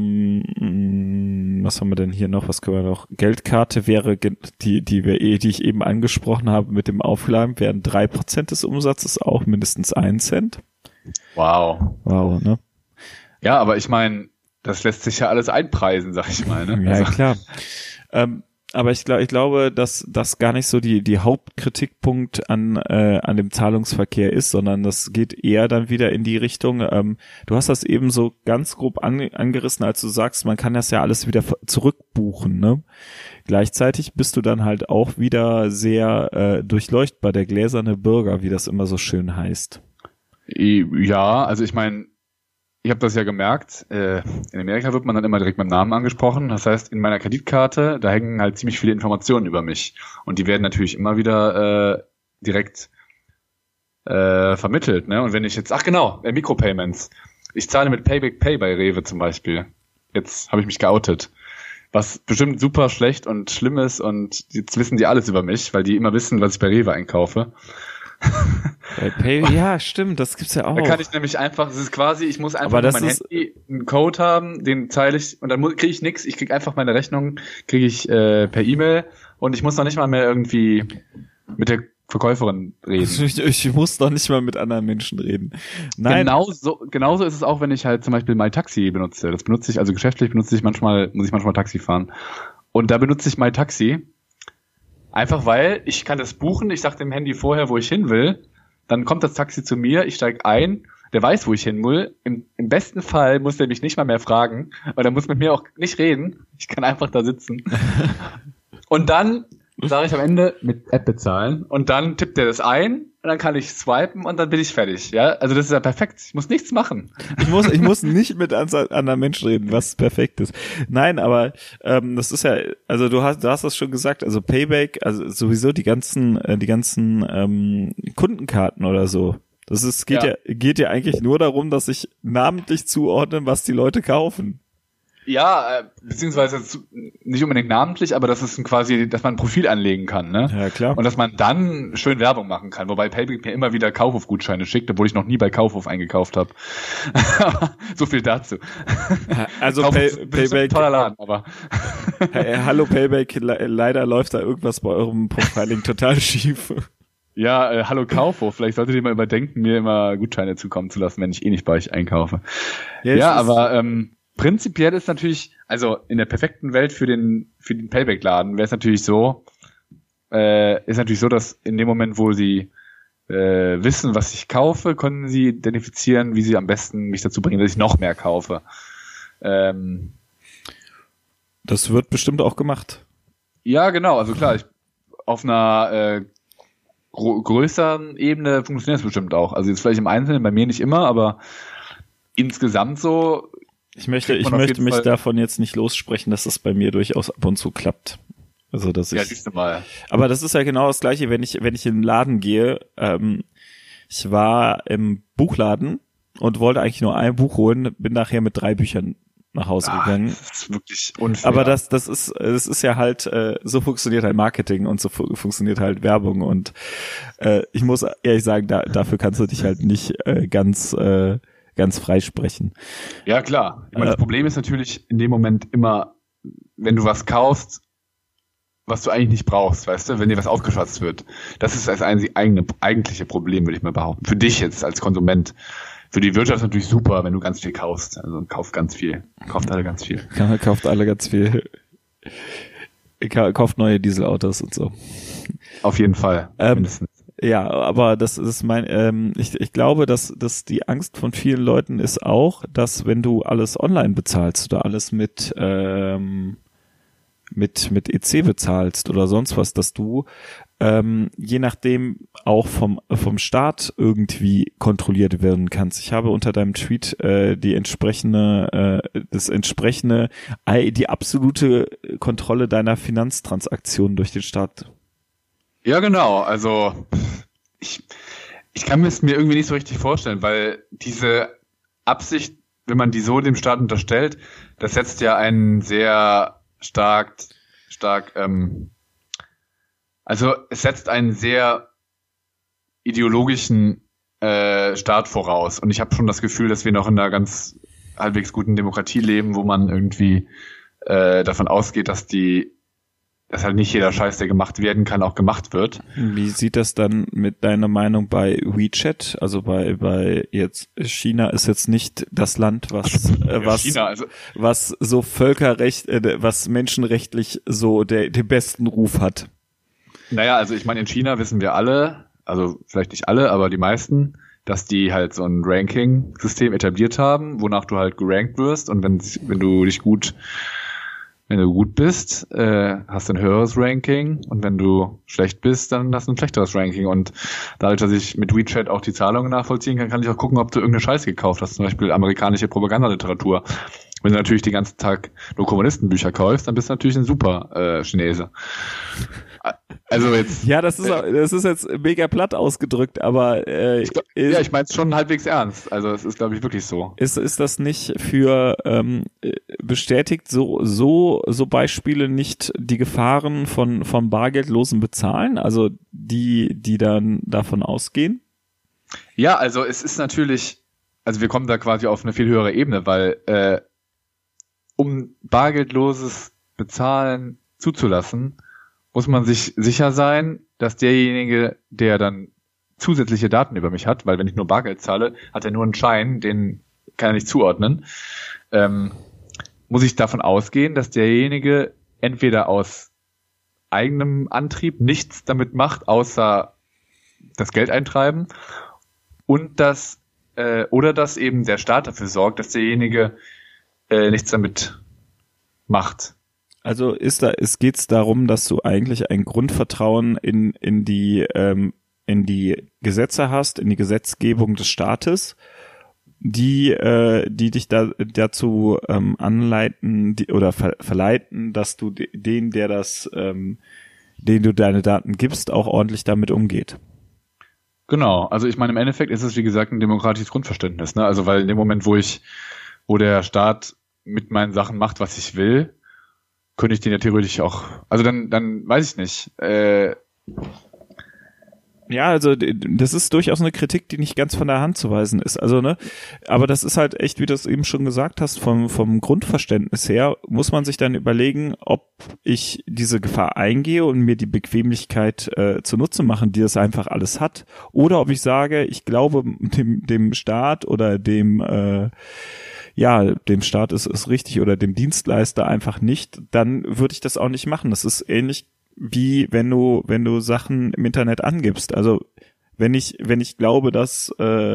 was haben wir denn hier noch? Was können wir noch? Geldkarte wäre die ich eben angesprochen habe mit dem Aufladen, wären 3% des Umsatzes, auch mindestens 1 Cent. Wow, ne? Ja, aber ich meine, das lässt sich ja alles einpreisen, sag ich mal. Ne? Ja, klar. Aber ich glaube, dass das gar nicht so die Hauptkritikpunkt an dem Zahlungsverkehr ist, sondern das geht eher dann wieder in die Richtung, du hast das eben so ganz grob angerissen, als du sagst, man kann das ja alles wieder zurückbuchen, ne? Gleichzeitig bist du dann halt auch wieder sehr durchleuchtbar, der gläserne Bürger, wie das immer so schön heißt. Ja, also ich meine, ich habe das ja gemerkt, in Amerika wird man dann immer direkt mit dem Namen angesprochen. Das heißt, in meiner Kreditkarte, da hängen halt ziemlich viele Informationen über mich. Und die werden natürlich immer wieder direkt vermittelt. Ne? Und wenn ich jetzt, Micropayments. Ich zahle mit Payback Pay bei Rewe zum Beispiel. Jetzt habe ich mich geoutet. Was bestimmt super schlecht und schlimm ist. Und jetzt wissen die alles über mich, weil die immer wissen, was ich bei Rewe einkaufe. Ja, stimmt, das gibt's ja auch. Da kann ich nämlich einfach, das ist quasi, ich muss einfach mein Handy einen Code haben, den teile ich und dann kriege ich nichts. Ich kriege einfach meine Rechnung, kriege ich per E-Mail und ich muss noch nicht mal mehr irgendwie mit der Verkäuferin reden. Ich muss doch nicht mal mit anderen Menschen reden. Nein. Genauso ist es auch, wenn ich halt zum Beispiel MyTaxi benutze. Das benutze ich, also geschäftlich muss ich manchmal Taxi fahren. Und da benutze ich MyTaxi. Einfach weil ich kann das buchen, ich sage dem Handy vorher, wo ich hin will, dann kommt das Taxi zu mir, ich steige ein, der weiß, wo ich hin will. Im besten Fall muss der mich nicht mal mehr fragen, weil der muss mit mir auch nicht reden. Ich kann einfach da sitzen. Und dann sage ich am Ende mit App bezahlen und dann tippt er das ein und dann kann ich swipen und dann bin ich fertig. Ja, also das ist ja perfekt. Ich muss nichts machen. Ich muss nicht mit anderen Menschen reden, was perfekt ist. Nein, aber das ist ja, also du hast das schon gesagt, also Payback, also sowieso die ganzen Kundenkarten oder so. Geht ja eigentlich nur darum, dass ich namentlich zuordnen, was die Leute kaufen. Ja, beziehungsweise nicht unbedingt namentlich, aber das ist quasi, dass man ein Profil anlegen kann, ne? Ja, klar. Und dass man dann schön Werbung machen kann, wobei Payback mir immer wieder Kaufhof-Gutscheine schickt, obwohl ich noch nie bei Kaufhof eingekauft habe. So viel dazu. Also Payback, toller Laden, aber hallo Payback, leider läuft da irgendwas bei eurem Profiling total schief. Ja, hallo Kaufhof, vielleicht solltet ihr mal überdenken, mir immer Gutscheine zukommen zu lassen, wenn ich nicht bei euch einkaufe. Ja, aber prinzipiell ist natürlich, also in der perfekten Welt für den Payback-Laden wäre es natürlich so, dass in dem Moment, wo sie wissen, was ich kaufe, können sie identifizieren, wie sie am besten mich dazu bringen, dass ich noch mehr kaufe. Das wird bestimmt auch gemacht. Ja, genau, also klar, auf einer größeren Ebene funktioniert es bestimmt auch. Also jetzt vielleicht im Einzelnen, bei mir nicht immer, aber insgesamt so. Ich möchte mich davon jetzt nicht lossprechen, dass das bei mir durchaus ab und zu klappt. Also siehst du mal. Aber das ist ja genau das Gleiche, wenn ich in den Laden gehe. Ich war im Buchladen und wollte eigentlich nur ein Buch holen, bin nachher mit 3 Büchern nach Hause gegangen. Das ist wirklich unfair. Aber das ist ja halt, so funktioniert halt Marketing und so funktioniert halt Werbung und ich muss ehrlich sagen, dafür kannst du dich halt nicht ganz frei sprechen. Ja, klar. Ich meine, das Problem ist natürlich in dem Moment immer, wenn du was kaufst, was du eigentlich nicht brauchst, weißt du, wenn dir was aufgeschwatzt wird. Das ist das eigentliche Problem, würde ich mal behaupten. Für dich jetzt als Konsument. Für die Wirtschaft ist natürlich super, wenn du ganz viel kaufst. Also kauft ganz viel. Kauft alle ganz viel. Kauft alle ganz viel. Kauft neue Dieselautos und so. Auf jeden Fall. Mindestens. Ja, aber das ist ich glaube, dass die Angst von vielen Leuten ist auch, dass wenn du alles online bezahlst oder alles mit EC bezahlst oder sonst was, dass du je nachdem auch vom Staat irgendwie kontrolliert werden kannst. Ich habe unter deinem Tweet die absolute Kontrolle deiner Finanztransaktionen durch den Staat. Ja, genau. Also ich kann es mir irgendwie nicht so richtig vorstellen, weil diese Absicht, wenn man die so dem Staat unterstellt, das setzt ja einen sehr stark, also es setzt einen sehr ideologischen Staat voraus. Und ich habe schon das Gefühl, dass wir noch in einer ganz halbwegs guten Demokratie leben, wo man irgendwie davon ausgeht, dass halt nicht jeder Scheiß, der gemacht werden kann, auch gemacht wird. Wie sieht das dann mit deiner Meinung bei WeChat? Also bei jetzt China ist jetzt nicht das Land, was so Völkerrecht, was menschenrechtlich so den besten Ruf hat. Naja, also ich meine, in China wissen wir alle, also vielleicht nicht alle, aber die meisten, dass die halt so ein Ranking-System etabliert haben, wonach du halt gerankt wirst, und wenn du gut bist, hast du ein höheres Ranking, und wenn du schlecht bist, dann hast du ein schlechteres Ranking. Und dadurch, dass ich mit WeChat auch die Zahlungen nachvollziehen kann, kann ich auch gucken, ob du irgendeine Scheiße gekauft hast, zum Beispiel amerikanische Propagandaliteratur. Wenn du natürlich den ganzen Tag nur Kommunistenbücher kaufst, dann bist du natürlich ein super Chinese. Also jetzt. Ja, das ist jetzt mega platt ausgedrückt, aber ich meine es schon halbwegs ernst. Also es ist, glaube ich, wirklich so. Ist das nicht für bestätigt so Beispiele nicht die Gefahren von bargeldlosen Bezahlen, also die dann davon ausgehen? Ja, also es ist natürlich, also wir kommen da quasi auf eine viel höhere Ebene, weil um bargeldloses Bezahlen zuzulassen, muss man sich sicher sein, dass derjenige, der dann zusätzliche Daten über mich hat, weil wenn ich nur Bargeld zahle, hat er nur einen Schein, den kann er nicht zuordnen, muss ich davon ausgehen, dass derjenige entweder aus eigenem Antrieb nichts damit macht, außer das Geld eintreiben, und oder dass eben der Staat dafür sorgt, dass derjenige nichts damit macht. Also geht's darum, dass du eigentlich ein Grundvertrauen in die Gesetze hast, in die Gesetzgebung des Staates, die dich dazu anleiten oder verleiten, dass du den du deine Daten gibst, auch ordentlich damit umgeht. Genau, also ich meine, im Endeffekt ist es, wie gesagt, ein demokratisches Grundverständnis, ne? Also weil in dem Moment, wo der Staat mit meinen Sachen macht, was ich will, könnte ich den ja theoretisch auch, also dann weiß ich nicht. Ja, also das ist durchaus eine Kritik, die nicht ganz von der Hand zu weisen ist. Also, ne, aber das ist halt echt, wie du es eben schon gesagt hast, vom Grundverständnis her muss man sich dann überlegen, ob ich diese Gefahr eingehe und mir die Bequemlichkeit zunutze machen, die das einfach alles hat, oder ob ich sage, ich glaube dem Staat oder dem Staat ist richtig oder dem Dienstleister einfach nicht, dann würde ich das auch nicht machen. Das ist ähnlich wie wenn du Sachen im Internet angibst. Also wenn ich glaube, dass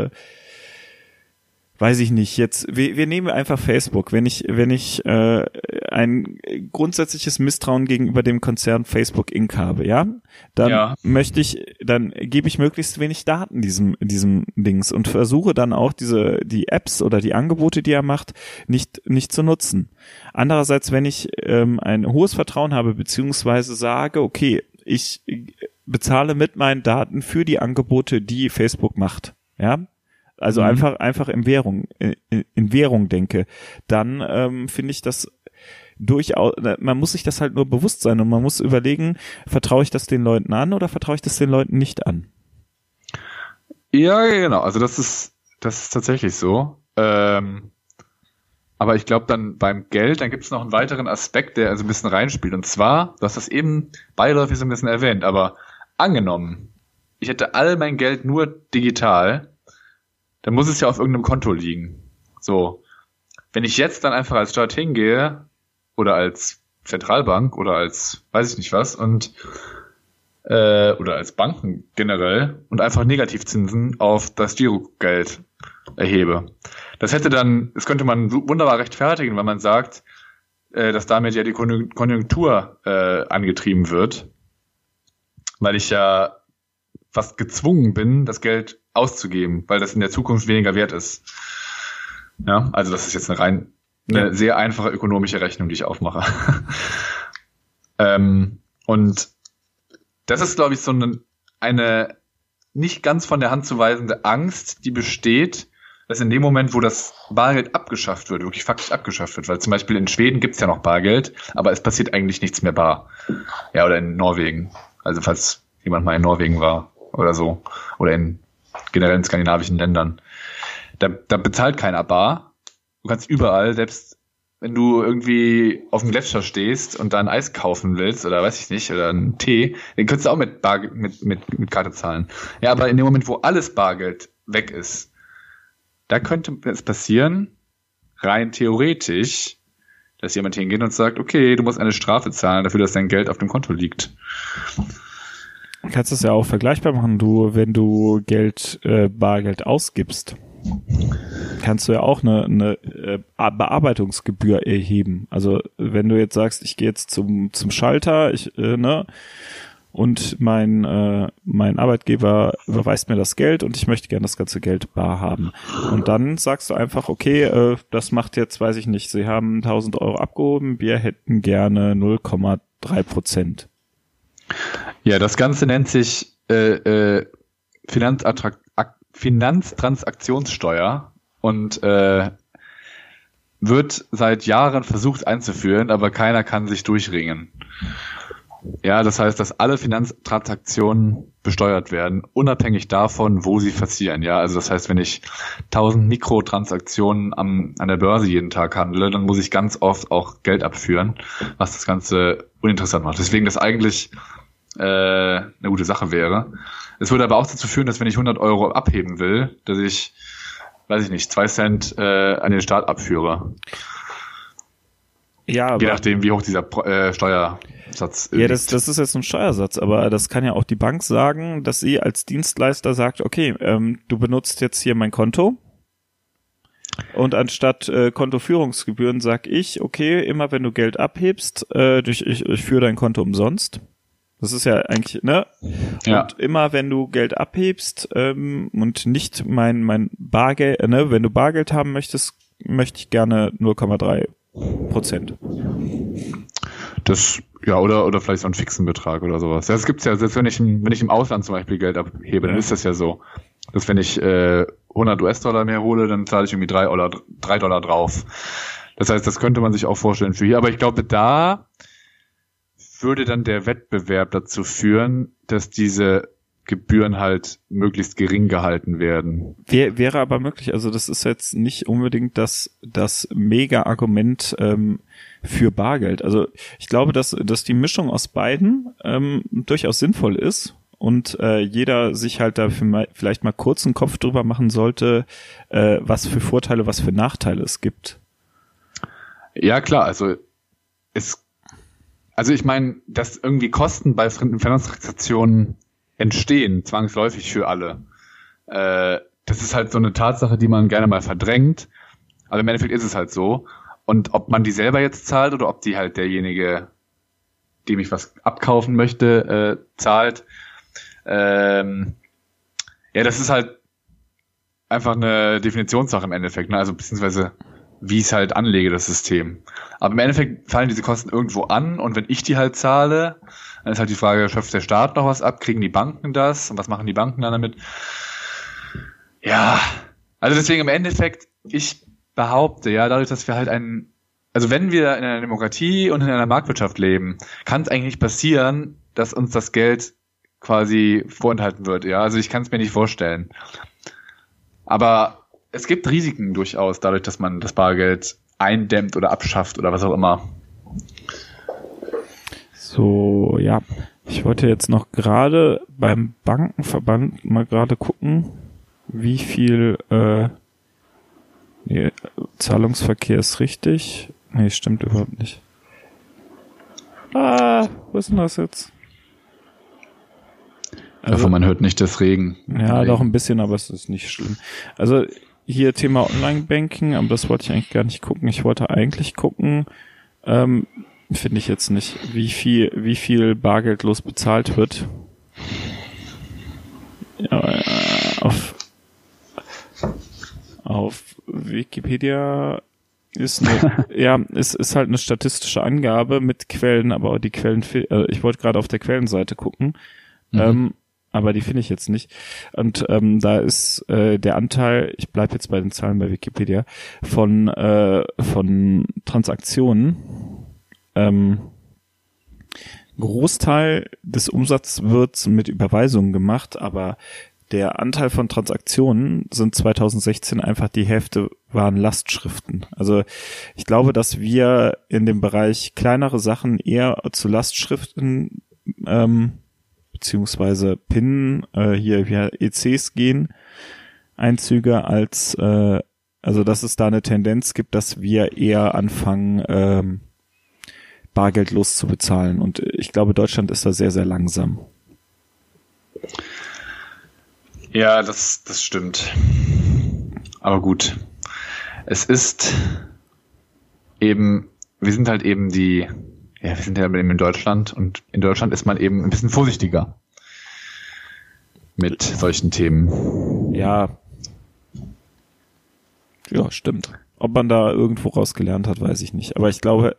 weiß ich nicht, jetzt wir nehmen einfach Facebook. Wenn ich ein grundsätzliches Misstrauen gegenüber dem Konzern Facebook Inc. habe, ja, dann gebe ich möglichst wenig Daten diesem Dings und versuche dann auch die Apps oder die Angebote, die er macht, nicht zu nutzen. Andererseits, wenn ich ein hohes Vertrauen habe, beziehungsweise sage, okay, ich bezahle mit meinen Daten für die Angebote, die Facebook macht, ja, also einfach in Währung denke, dann finde ich das durchaus, man muss sich das halt nur bewusst sein und man muss überlegen, vertraue ich das den Leuten an oder vertraue ich das den Leuten nicht an? Ja, genau, also das ist tatsächlich so. Aber ich glaube dann beim Geld, dann gibt es noch einen weiteren Aspekt, der also ein bisschen reinspielt. Und zwar, du hast das eben beiläufig so ein bisschen erwähnt, aber angenommen, ich hätte all mein Geld nur digital, dann muss es ja auf irgendeinem Konto liegen. So, wenn ich jetzt dann einfach als Staat hingehe oder als Zentralbank oder als weiß ich nicht was und oder als Banken generell und einfach Negativzinsen auf das Girogeld erhebe. Das könnte man wunderbar rechtfertigen, wenn man sagt, dass damit ja die Konjunktur angetrieben wird, weil ich ja fast gezwungen bin, das Geld auszugeben, weil das in der Zukunft weniger wert ist. Ja, also das ist jetzt eine sehr einfache ökonomische Rechnung, die ich aufmache. Und das ist, glaube ich, so eine nicht ganz von der Hand zu weisende Angst, die besteht, dass in dem Moment, wo das Bargeld abgeschafft wird, wirklich faktisch abgeschafft wird, weil zum Beispiel in Schweden gibt's ja noch Bargeld, aber es passiert eigentlich nichts mehr bar. Ja, oder in Norwegen. Also falls jemand mal in Norwegen war oder so. Oder generell in skandinavischen Ländern. Da bezahlt keiner bar. Du kannst überall, selbst wenn du irgendwie auf dem Gletscher stehst und da ein Eis kaufen willst oder weiß ich nicht, oder einen Tee, den könntest du auch mit Karte zahlen. Ja, aber in dem Moment, wo alles Bargeld weg ist, da könnte es passieren, rein theoretisch, dass jemand hingeht und sagt, okay, du musst eine Strafe zahlen dafür, dass dein Geld auf dem Konto liegt. Du kannst es ja auch vergleichbar machen, wenn du Bargeld ausgibst, kannst du ja auch eine Bearbeitungsgebühr erheben. Also wenn du jetzt sagst, ich gehe jetzt zum Schalter, und mein Arbeitgeber überweist mir das Geld und ich möchte gerne das ganze Geld bar haben. Und dann sagst du einfach, okay, das macht jetzt, weiß ich nicht, Sie haben 1.000 Euro abgehoben, wir hätten gerne 0,3%. Ja, das Ganze nennt sich Finanztransaktionssteuer und wird seit Jahren versucht einzuführen, aber keiner kann sich durchringen. Ja, das heißt, dass alle Finanztransaktionen besteuert werden, unabhängig davon, wo sie passieren. Ja, also das heißt, wenn ich 1000 Mikrotransaktionen an der Börse jeden Tag handle, dann muss ich ganz oft auch Geld abführen, was das Ganze uninteressant macht. Deswegen das eigentlich eine gute Sache wäre. Es würde aber auch dazu führen, dass wenn ich 100 Euro abheben will, dass ich, weiß ich nicht, 2 Cent an den Staat abführe. Ja, aber je nachdem, wie hoch dieser Steuersatz ist. Ja, das ist jetzt ein Steuersatz, aber das kann ja auch die Bank sagen, dass sie als Dienstleister sagt, okay, du benutzt jetzt hier mein Konto und anstatt Kontoführungsgebühren sag ich, okay, immer wenn du Geld abhebst, ich führe dein Konto umsonst. Das ist ja eigentlich, ne? Ja. Und immer wenn du Geld abhebst und nicht mein Bargeld, wenn du Bargeld haben möchtest, möchte ich gerne 0,3%. Das, ja, oder vielleicht so einen fixen Betrag oder sowas. Das gibt's ja, selbst wenn ich im Ausland zum Beispiel Geld abhebe, dann ist das ja so, dass wenn ich 100 US-Dollar mehr hole, dann zahle ich irgendwie $3 drauf. Das heißt, das könnte man sich auch vorstellen für hier. Aber ich glaube, da würde dann der Wettbewerb dazu führen, dass diese Gebühren halt möglichst gering gehalten werden. Wäre aber möglich, also das ist jetzt nicht unbedingt das Mega-Argument für Bargeld. Also ich glaube, dass die Mischung aus beiden durchaus sinnvoll ist und jeder sich halt dafür vielleicht mal kurz einen Kopf drüber machen sollte, was für Vorteile, was für Nachteile es gibt. Ja, klar, also ich meine, dass irgendwie Kosten bei Finanztransaktionen entstehen, zwangsläufig für alle. Das ist halt so eine Tatsache, die man gerne mal verdrängt. Aber im Endeffekt ist es halt so. Und ob man die selber jetzt zahlt oder ob die halt derjenige, dem ich was abkaufen möchte, zahlt, ja, das ist halt einfach eine Definitionssache im Endeffekt, ne? Also beziehungsweise wie ich es halt anlege, das System. Aber im Endeffekt fallen diese Kosten irgendwo an und wenn ich die halt zahle, dann ist halt die Frage, schöpft der Staat noch was ab, kriegen die Banken das und was machen die Banken dann damit? Ja, also deswegen im Endeffekt, ich behaupte, ja, dadurch, dass wir halt also wenn wir in einer Demokratie und in einer Marktwirtschaft leben, kann es eigentlich nicht passieren, dass uns das Geld quasi vorenthalten wird, ja, also ich kann es mir nicht vorstellen. Aber es gibt Risiken durchaus, dadurch, dass man das Bargeld eindämmt oder abschafft oder was auch immer. So, ja. Ich wollte jetzt noch gerade beim Bankenverband mal gerade gucken, wie viel Zahlungsverkehr ist richtig. Nee, stimmt überhaupt nicht. Wo ist denn das jetzt? Also man hört nicht das Regen. Ja, doch ein bisschen, aber es ist nicht schlimm. Also hier Thema Online-Banking, aber das wollte ich eigentlich gar nicht gucken. Ich wollte eigentlich gucken, finde ich jetzt nicht, wie viel bargeldlos bezahlt wird. Ja, auf Wikipedia ist ist halt eine statistische Angabe mit Quellen, aber die Quellen, ich wollte gerade auf der Quellenseite gucken, aber die finde ich jetzt nicht. Und da ist der Anteil, ich bleibe jetzt bei den Zahlen bei Wikipedia, von Transaktionen, Großteil des Umsatzes wird mit Überweisungen gemacht, aber der Anteil von Transaktionen sind 2016 einfach die Hälfte waren Lastschriften. Also ich glaube, dass wir in dem Bereich kleinere Sachen eher zu Lastschriften beziehungsweise PIN hier via ECs gehen, Einzüge, als also dass es da eine Tendenz gibt, dass wir eher anfangen bargeldlos zu bezahlen. Und ich glaube, Deutschland ist da sehr, sehr langsam. Ja, das stimmt. Aber gut. Es ist eben, wir sind halt eben wir sind ja eben in Deutschland und in Deutschland ist man eben ein bisschen vorsichtiger mit solchen Themen. Ja, stimmt. Ob man da irgendwo rausgelernt hat, weiß ich nicht. Aber ich glaube,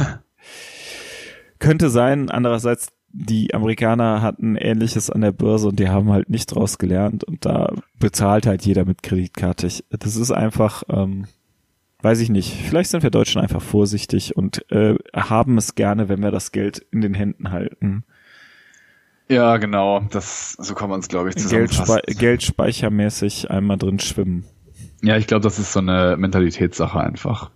könnte sein. Andererseits, die Amerikaner hatten Ähnliches an der Börse und die haben halt nicht draus gelernt und da bezahlt halt jeder mit Kreditkarte. Das ist einfach, weiß ich nicht. Vielleicht sind wir Deutschen einfach vorsichtig und haben es gerne, wenn wir das Geld in den Händen halten. Ja, genau. So kann man es, glaube ich, zusammenfassen. Geldspeichermäßig einmal drin schwimmen. Ja, ich glaube, das ist so eine Mentalitätssache einfach.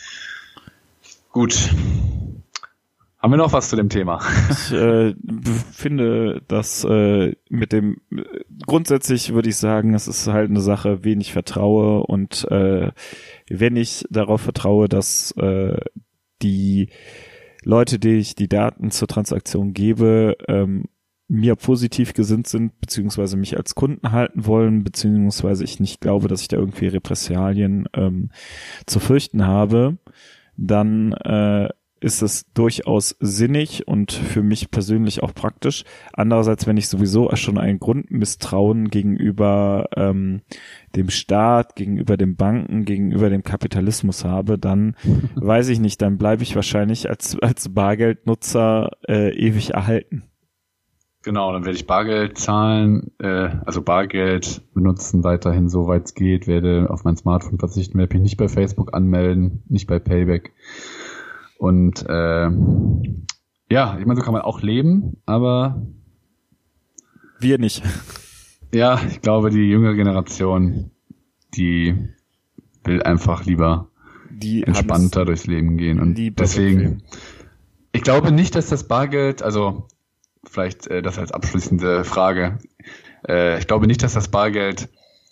Gut. Haben wir noch was zu dem Thema? Ich finde, dass grundsätzlich würde ich sagen, es ist halt eine Sache, wen ich vertraue und wenn ich darauf vertraue, dass die Leute, die ich die Daten zur Transaktion gebe, mir positiv gesinnt sind, beziehungsweise mich als Kunden halten wollen, beziehungsweise ich nicht glaube, dass ich da irgendwie Repressalien zu fürchten habe, dann ist es durchaus sinnig und für mich persönlich auch praktisch. Andererseits, wenn ich sowieso schon ein Grundmisstrauen gegenüber dem Staat, gegenüber den Banken, gegenüber dem Kapitalismus habe, dann weiß ich nicht, dann bleibe ich wahrscheinlich als Bargeldnutzer ewig erhalten. Genau, dann werde ich Bargeld zahlen, also Bargeld benutzen weiterhin, soweit es geht, werde auf mein Smartphone verzichten, werde mich nicht bei Facebook anmelden, nicht bei Payback. Und ich meine, so kann man auch leben, aber wir nicht. Ja, ich glaube, die jüngere Generation, die will einfach lieber entspannter durchs Leben gehen. Und deswegen, ich glaube nicht, dass das Bargeld, also vielleicht das als abschließende Frage, ich glaube nicht, dass das Bargeld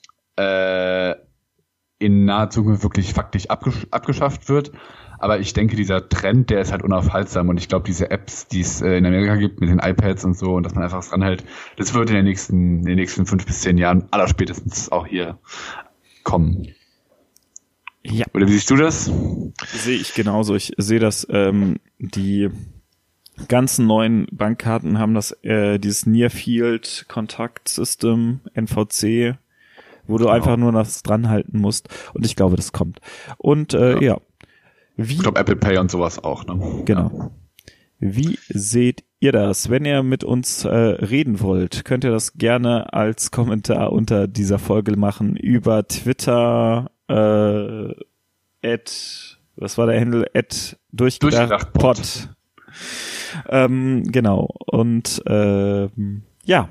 in naher Zukunft wirklich faktisch abgeschafft wird. Aber ich denke, dieser Trend, der ist halt unaufhaltsam und ich glaube, diese Apps, die es in Amerika gibt mit den iPads und so und dass man einfach dran hält, das wird in den nächsten 5 bis 10 Jahren allerspätestens auch hier kommen. Ja. Oder wie siehst du das? Sehe ich genauso. Ich sehe, dass die ganzen neuen Bankkarten haben dieses Near Field Contact System, NVC, wo du einfach nur das dran halten musst und ich glaube, das kommt. Und ja. Ich glaube, Apple Pay und sowas auch, ne? Genau. Wie seht ihr das? Wenn ihr mit uns reden wollt, könnt ihr das gerne als Kommentar unter dieser Folge machen über Twitter, was war der Handle? @durchgedachtpod. Genau. Und ja.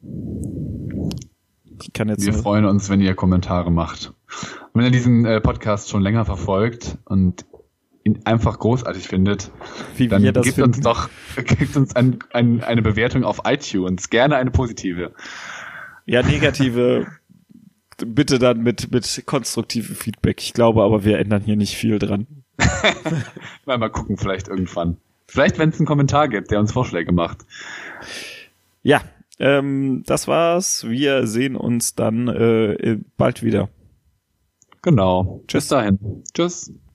Wir freuen uns, wenn ihr Kommentare macht. Und wenn ihr diesen Podcast schon länger verfolgt und ihn einfach großartig findet, dann gebt uns eine Bewertung auf iTunes, gerne eine positive. Ja, negative bitte dann mit konstruktivem Feedback. Ich glaube aber, wir ändern hier nicht viel dran. Mal gucken, vielleicht irgendwann. Vielleicht, wenn es einen Kommentar gibt, der uns Vorschläge macht. Ja, das war's. Wir sehen uns dann bald wieder. Genau. Tschüss. Bis dahin. Tschüss.